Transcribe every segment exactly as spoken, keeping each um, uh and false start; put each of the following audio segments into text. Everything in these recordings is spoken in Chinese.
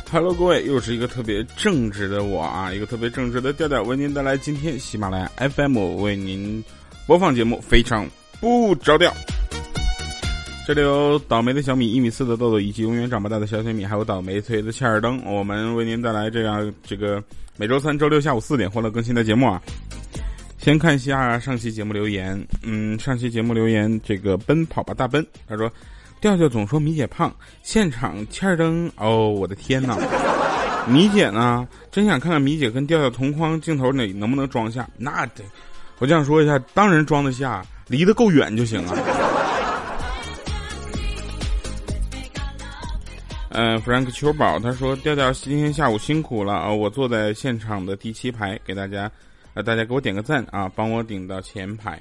Hello， 各位，又是一个特别正直的我啊，一个特别正直的调调，为您带来今天喜马拉雅 F M 为您播放节目，非常不着调。这里有倒霉的小米、一米四的豆豆，以及永远长不大的小雪米，还有倒霉催的切尔登。我们为您带来这样这个每周三、周六下午四点欢乐更新的节目啊。先看一下上期节目留言，嗯，上期节目留言这个奔跑吧大奔，他说。调调总说米姐胖，现场切尔登，哦，我的天哪！米姐呢？真想看看米姐跟调调同框镜头里能不能装下？那得，我这样说一下，当然装得下，离得够远就行了。呃 ，Frank 秋宝他说，调调今天下午辛苦了啊！我坐在现场的第七排，给大家，呃，大家给我点个赞啊，帮我顶到前排。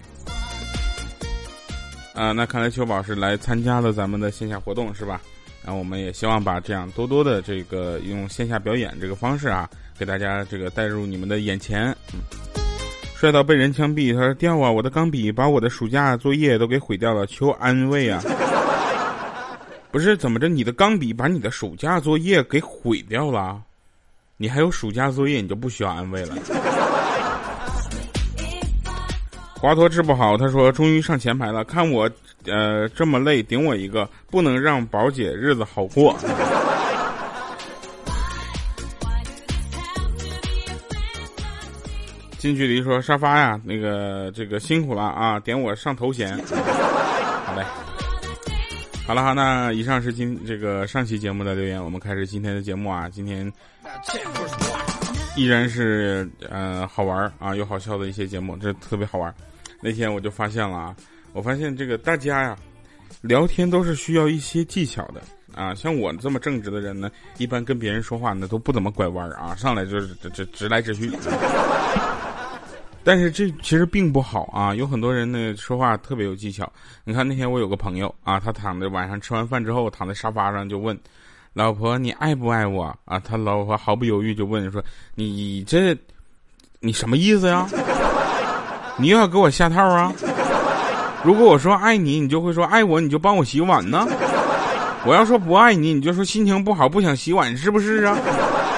啊，那看来秋宝是来参加了咱们的线下活动是吧？然后我们也希望把这样多多的这个用线下表演这个方式啊，给大家这个带入你们的眼前。嗯，帅到被人枪毙，他说掉啊，我的钢笔把我的暑假作业都给毁掉了，求安慰啊！不是怎么着，你的钢笔把你的暑假作业给毁掉了？你还有暑假作业，你就不需要安慰了。华佗治不好，他说终于上前排了，看我呃这么累，顶我一个，不能让宝姐日子好过。近距离说沙发呀，那个这个辛苦了啊，点我上头衔。好嘞，好了好，那以上是今这个上期节目的留言，我们开始今天的节目啊，今天依然是呃好玩啊又好笑的一些节目，这特别好玩。那天我就发现了啊，我发现这个大家呀聊天都是需要一些技巧的啊，像我这么正直的人呢，一般跟别人说话呢都不怎么拐弯啊，上来就是直直来直去。但是这其实并不好啊，有很多人呢说话特别有技巧。你看那天我有个朋友啊，他躺在晚上吃完饭之后躺在沙发上就问老婆你爱不爱我啊？他老婆毫不犹豫就问说你这你什么意思呀？你又要给我下套啊？如果我说爱你，你就会说爱我，你就帮我洗碗呢？我要说不爱你，你就说心情不好不想洗碗，是不是啊？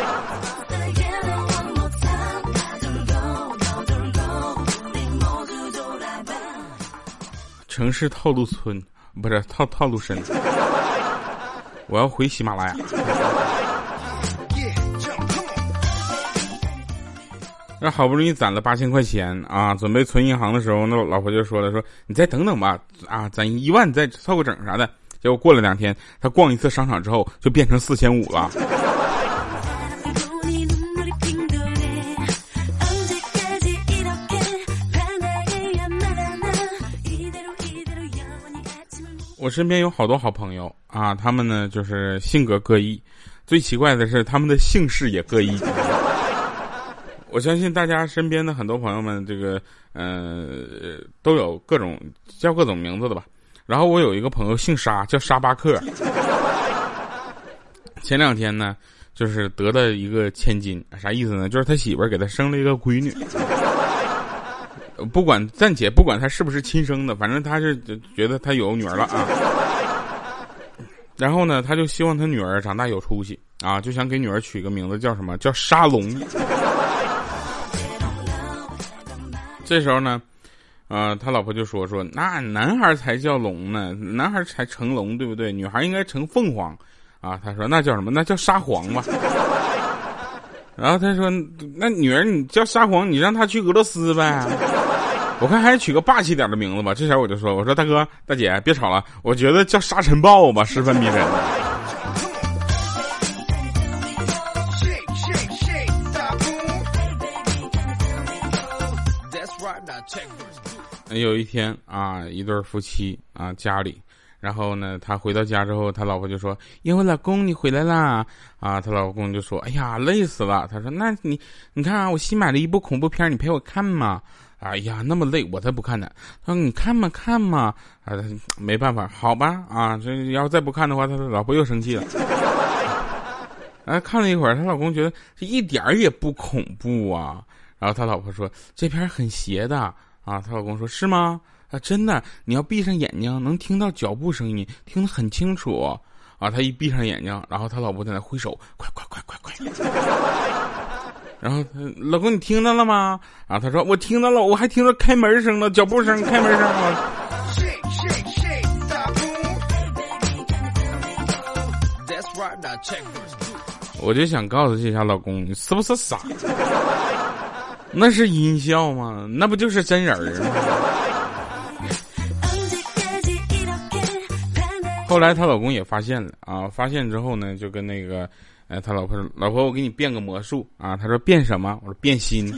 城市套路村不是套套路深，我要回喜马拉雅。那好不容易攒了八千块钱啊，准备存银行的时候，那老婆就说了，说你再等等吧，啊，攒一万再凑个整啥的。结果过了两天，他逛一次商场之后，就变成四千五了。我身边有好多好朋友啊，他们呢就是性格各异，最奇怪的是他们的姓氏也各异。我相信大家身边的很多朋友们，这个呃都有各种叫各种名字的吧。然后我有一个朋友姓沙，叫沙巴克。前两天呢，就是得了一个千金，啥意思呢？就是他媳妇儿给他生了一个闺女。不管暂且不管他是不是亲生的，反正他是觉得他有女儿了啊。然后呢，他就希望他女儿长大有出息啊，就想给女儿取个名字叫什么？叫沙龙。这时候呢，呃，他老婆就说说，那男孩才叫龙呢，男孩才成龙，对不对？女孩应该成凤凰啊。他说那叫什么？那叫沙皇吧。然后他说，那女儿你叫沙皇，你让她去俄罗斯呗。我看还是取个霸气点的名字吧。这时候我就说，我说大哥大姐别吵了，我觉得叫沙尘暴吧，十分迷人。有一天啊，一对夫妻啊家里，然后呢他回到家之后，他老婆就说，因为老公你回来啦啊。他老公就说，哎呀累死了。他说那你你看啊，我新买了一部恐怖片，你陪我看嘛。哎呀那么累我才不看呢。他说你看嘛看嘛啊，没办法好吧啊，这要再不看的话他的老婆又生气了。啊看了一会儿，他老公觉得这一点也不恐怖啊。然后他老婆说这片很邪的啊。他老公说是吗？啊真的，你要闭上眼睛能听到脚步声音，听得很清楚啊，他一闭上眼睛，然后他老婆在那挥手，快快快快快。然后老公你听到了吗？啊，他说我听到了，我还听到开门声了，脚步声，开门声了。我就想告诉这下老公，你是不是傻？那是音效吗？那不就是真人吗？后来她老公也发现了啊，发现之后呢，就跟那个，哎，他老婆说：“老婆，我给你变个魔术啊。”他说：“变什么？”我说：“变心。”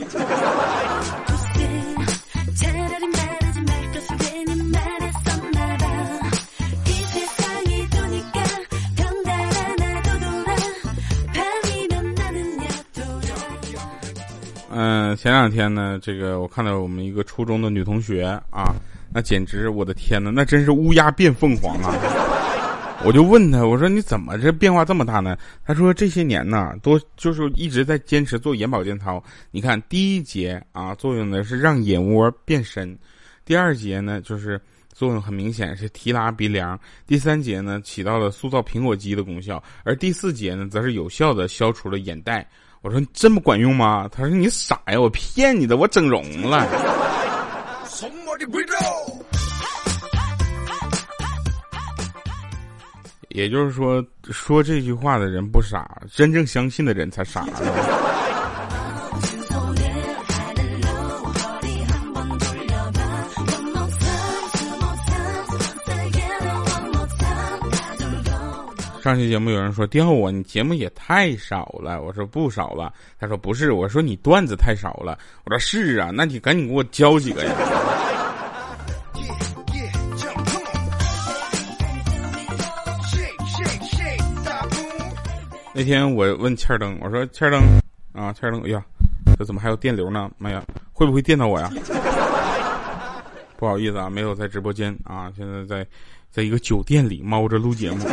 嗯、呃，前两天呢，这个我看到我们一个初中的女同学啊，那简直我的天哪，那真是乌鸦变凤凰啊！我就问她，我说你怎么这变化这么大呢？她说这些年呢，都就是一直在坚持做眼保健操。你看第一节啊，作用呢是让眼窝变深；第二节呢，就是作用很明显是提拉鼻梁；第三节呢，起到了塑造苹果肌的功效；而第四节呢，则是有效的消除了眼袋。我说这么管用吗？他说你傻呀，我骗你的，我整容了。也就是说，说这句话的人不傻，真正相信的人才傻。上期节目有人说调我，你节目也太少了。我说不少了。他说不是，我说你段子太少了。我说是啊，那你赶紧给我教几个呀。那天我问欠灯，我说欠灯啊，欠灯，哎呀，这怎么还有电流呢？妈呀，会不会电到我呀？不好意思啊，没有在直播间啊，现在在在一个酒店里猫着录节目。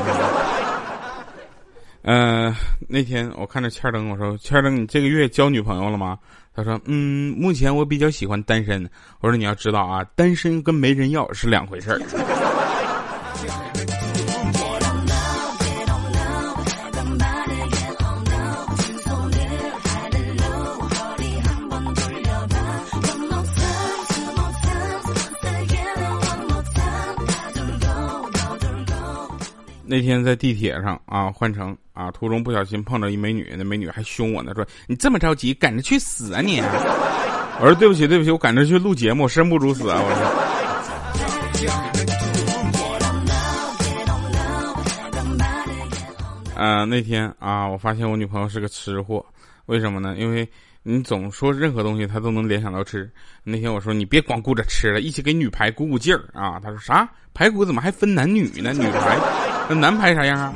呃，那天我看着欠灯，我说欠灯，你这个月交女朋友了吗？他说嗯，目前我比较喜欢单身。我说你要知道啊，单身跟没人要是两回事儿。那天在地铁上啊，换乘啊，途中不小心碰到一美女，那美女还凶我呢，说你这么着急，赶着去死啊你！我说对不起对不起，我赶着去录节目，生不如死啊！我说，啊，那天啊，我发现我女朋友是个吃货，为什么呢？因为你总说任何东西她都能联想到吃。那天我说你别光顾着吃了，一起给女排鼓鼓劲儿啊！她说啥？排骨怎么还分男女呢？女排那男排啥样啊？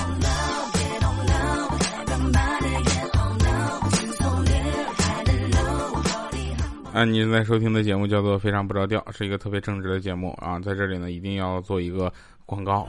啊，你正在收听的节目叫做《非常不着调》，是一个特别正直的节目啊！在这里呢，一定要做一个广告。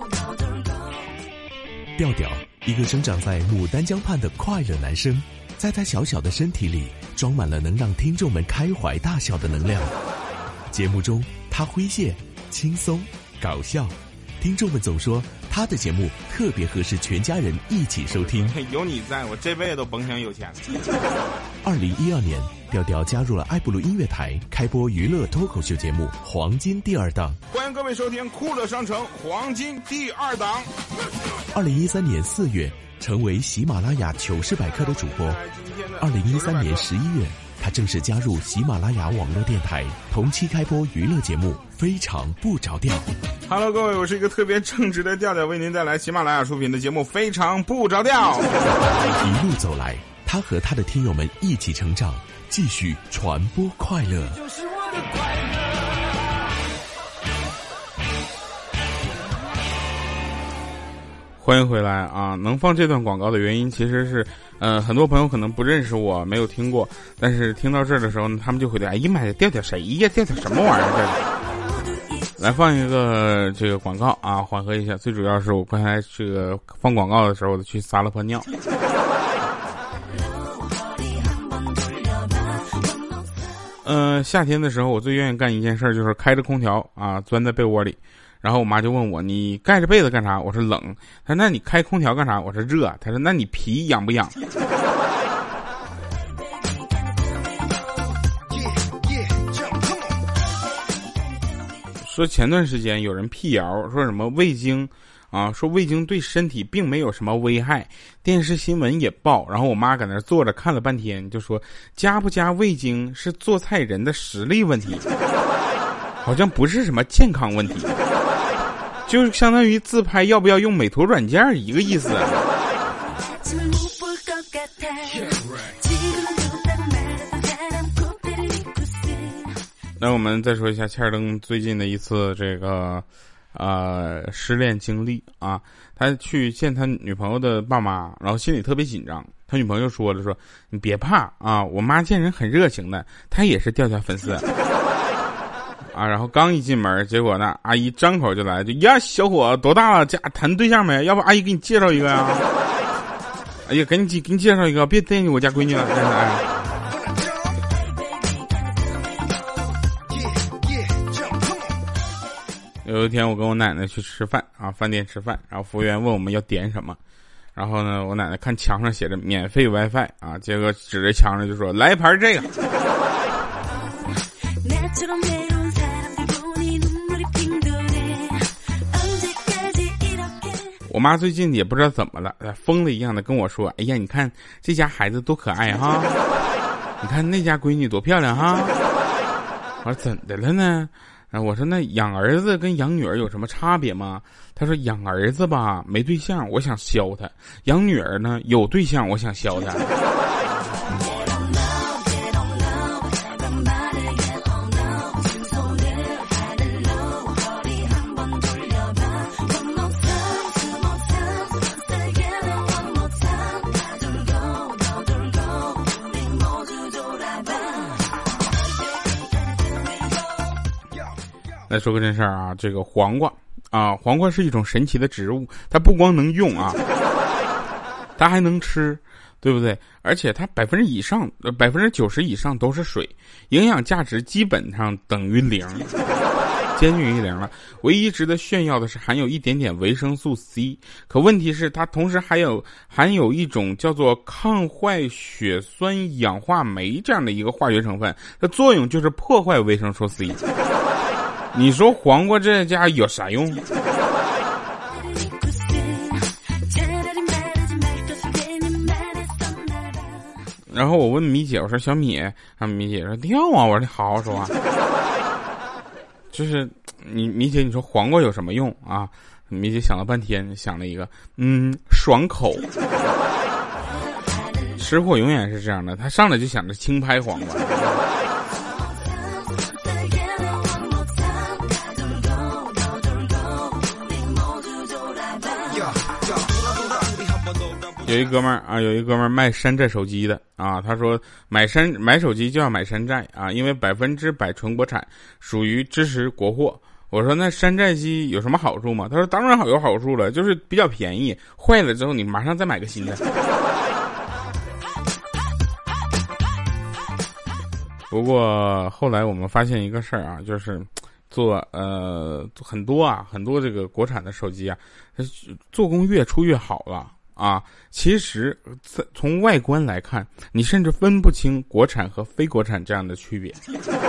调调，一个生长在牡丹江畔的快乐男生，在他小小的身体里装满了能让听众们开怀大笑的能量。节目中，他诙谐、轻松、搞笑，听众们总说他的节目特别合适全家人一起收听。 有你在，我这辈子都甭想有钱。 二零一二年，调调加入了爱布鲁音乐台，开播娱乐脱口秀节目《黄金第二档》。 欢迎各位收听酷乐商城黄金第二档。 二零一三年四月，成为喜马拉雅糗事百科的主播。二零一三年十一月，他正式加入喜马拉雅网络电台，同期开播娱乐节目《非常不着调》。 Hello， 各位，我是一个特别正直的调调，为您带来喜马拉雅出品的节目《非常不着调》。 一路走来，他和他的听友们一起成长，继续传播快乐。就是我的快乐。 欢迎回来啊！能放这段广告的原因其实是，呃，很多朋友可能不认识我，没有听过，但是听到这儿的时候呢，他们就会对，哎呀妈呀，调调谁呀？调调什么玩意儿？来放一个这个广告啊，缓和一下。最主要是我刚才这个放广告的时候，我去撒了泡尿。呃，夏天的时候，我最愿意干一件事就是开着空调啊，钻在被窝里。 然后我妈就问我，你盖着被子干啥？我说冷。她说那你开空调干啥？我说热。她说那你皮痒不痒？说前段时间有人辟谣，说什么味精啊，说味精对身体并没有什么危害，电视新闻也报。然后我妈搁那坐着看了半天，就说加不加味精是做菜人的实力问题，好像不是什么健康问题，就相当于自拍要不要用美图软件一个意思。那我们再说一下切尔登最近的一次这个呃失恋经历啊，他去见他女朋友的爸妈，然后心里特别紧张。他女朋友说了，说你别怕啊，我妈见人很热情的，她也是调调粉丝啊。然后刚一进门，结果呢阿姨张口就来就呀，小伙多大了，家谈对象没？要不阿姨给你介绍一个呀？哎呀，赶紧给你介绍一个，别惦记我家闺女了，真的哎。有一天我跟我奶奶去吃饭啊，饭店吃饭，然后服务员问我们要点什么，然后呢我奶奶看墙上写着免费 WiFi 啊，结果指着墙上就说来一盘这个。我妈最近也不知道怎么了，疯了一样的跟我说，哎呀你看这家孩子多可爱哈，你看那家闺女多漂亮哈。我说怎的了呢？然后我说那养儿子跟养女儿有什么差别吗？他说养儿子吧没对象，我想削他；养女儿呢有对象，我想削他。来说个真事儿啊，这个黄瓜啊，黄瓜是一种神奇的植物，它不光能用啊，它还能吃，对不对？而且它百分之以上，呃，百分之九十以上都是水，营养价值基本上等于零，接近于零了。唯一值得炫耀的是含有一点点维生素 C， 可问题是它同时还有含有一种叫做抗坏血酸氧化酶这样的一个化学成分，它作用就是破坏维生素 C。你说黄瓜这家有啥用？然后我问米姐，我说小米，啊，米姐说跳啊，我说你好好说话。就是你米姐，你说黄瓜有什么用啊？米姐想了半天，想了一个，嗯，爽口。吃货永远是这样的，他上来就想着轻拍黄瓜。有一哥们儿啊，有一哥们儿卖山寨手机的啊，他说买山买手机就要买山寨啊，因为百分之百纯国产，属于支持国货。我说那山寨机有什么好处吗？他说当然好有好处了，就是比较便宜，坏了之后你马上再买个新的。不过后来我们发现一个事儿啊，就是做呃很多啊很多这个国产的手机啊，做工越出越好了。啊，其实从外观来看，你甚至分不清国产和非国产这样的区别。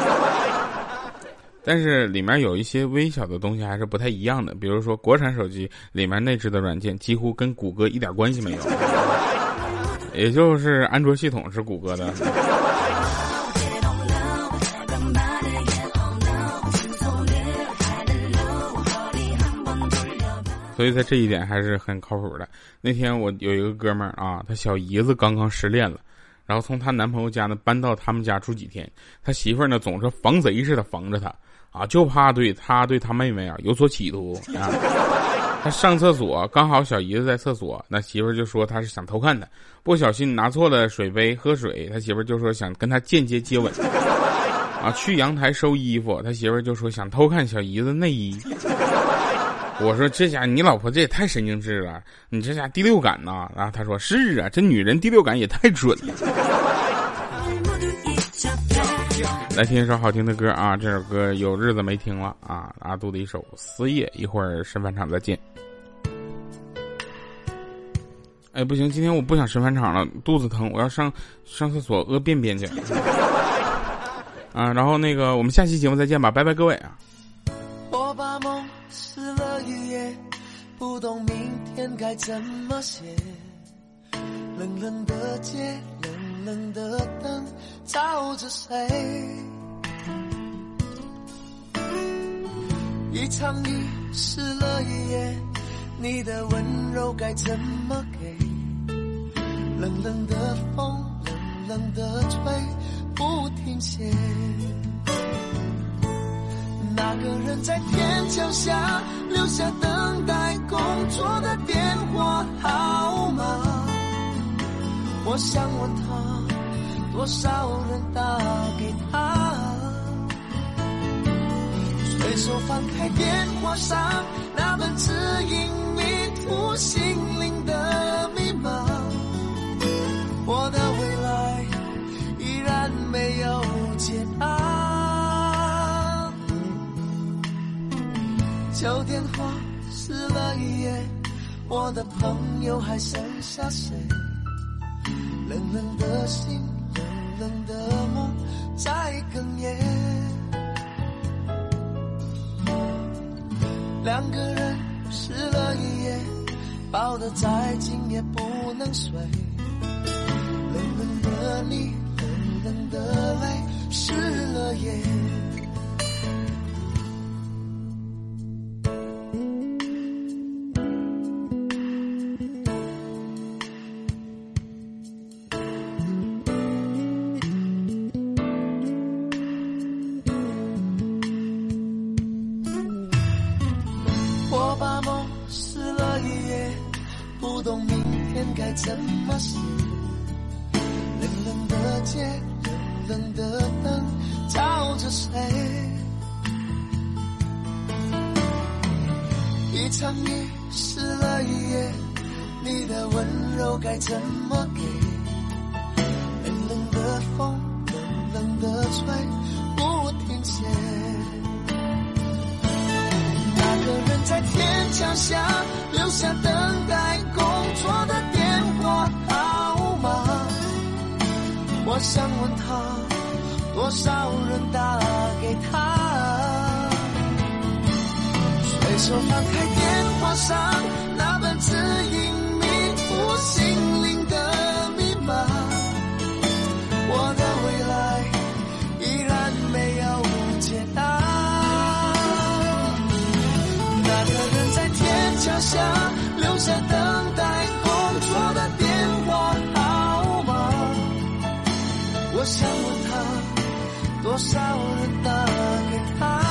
但是里面有一些微小的东西还是不太一样的，比如说国产手机里面内置的软件几乎跟谷歌一点关系没有，也就是安卓系统是谷歌的。所以在这一点还是很靠谱的。那天我有一个哥们儿啊，他小姨子刚刚失恋了，然后从她男朋友家呢搬到他们家住几天，他媳妇儿呢总是防贼似的防着他啊，就怕对他对他妹妹啊有所企图啊。他上厕所刚好小姨子在厕所，那媳妇儿就说他是想偷看他，不小心拿错了水杯喝水，他媳妇儿就说想跟他间接接吻啊。去阳台收衣服，他媳妇儿就说想偷看小姨子内衣。我说这家你老婆这也太神经质了，你这家第六感呐！然后他说是啊，这女人第六感也太准了。 来听一首好听的歌啊！这首歌有日子没听了啊！阿杜的一首《撕夜》，一会儿神返场再见。哎，不行，今天我不想神返场了，肚子疼，我要上上厕所屙便便去。啊，然后那个我们下期节目再见吧，拜拜各位啊！ 我把梦撕了一页，不懂明天该怎么写。冷冷的街，冷冷的灯，照着谁？一场雨湿了一夜，你的温柔该怎么给？冷冷的风，冷冷的吹，不停歇。那个人在天桥下留下等待工作的电话号码，我想问他，多少人打给他？随手翻开电话上那本指引迷途心灵的密码，我的未来依然没有解答。旧电话撕了一页，我的朋友还剩下谁？冷冷的心，冷冷的梦在哽咽。两个人湿了一夜，抱得再紧也不能睡。冷冷的你，冷冷的泪，湿了夜。我把梦撕了一夜，不懂明天该怎么写。冷冷的街，冷冷的灯，照着谁？一场雨湿了一夜，你的温柔该怎么给？冷冷的风，冷冷的吹，不停歇。那个人在天桥下留下等待工作的电话号码，我想问他，多少人打给他？随手翻开电话上那本指引迷途心灵的密码，我的未来依然没有解答。那个人在天桥下留下等待工作的电话号码，我想问他，多少人打给他？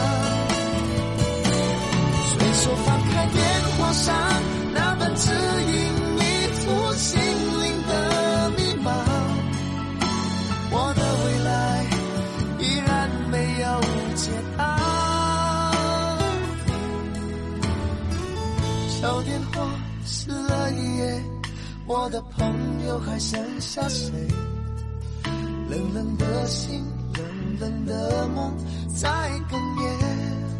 随手翻开电话上那本指引迷途心灵的密码，我的未来依然没有解答。小电话撕了一夜，我的朋友还剩下谁？冷冷的心，冷冷的梦在哽咽。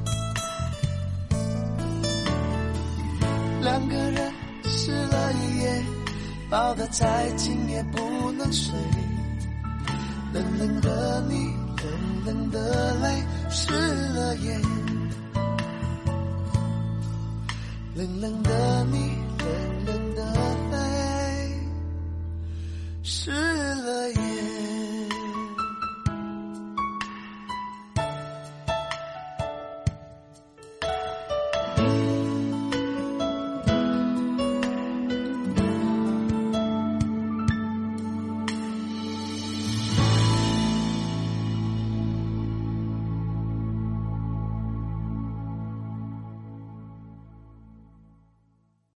两个人湿了一夜，抱得再紧也不能睡。冷冷的你，冷冷的泪，湿了夜。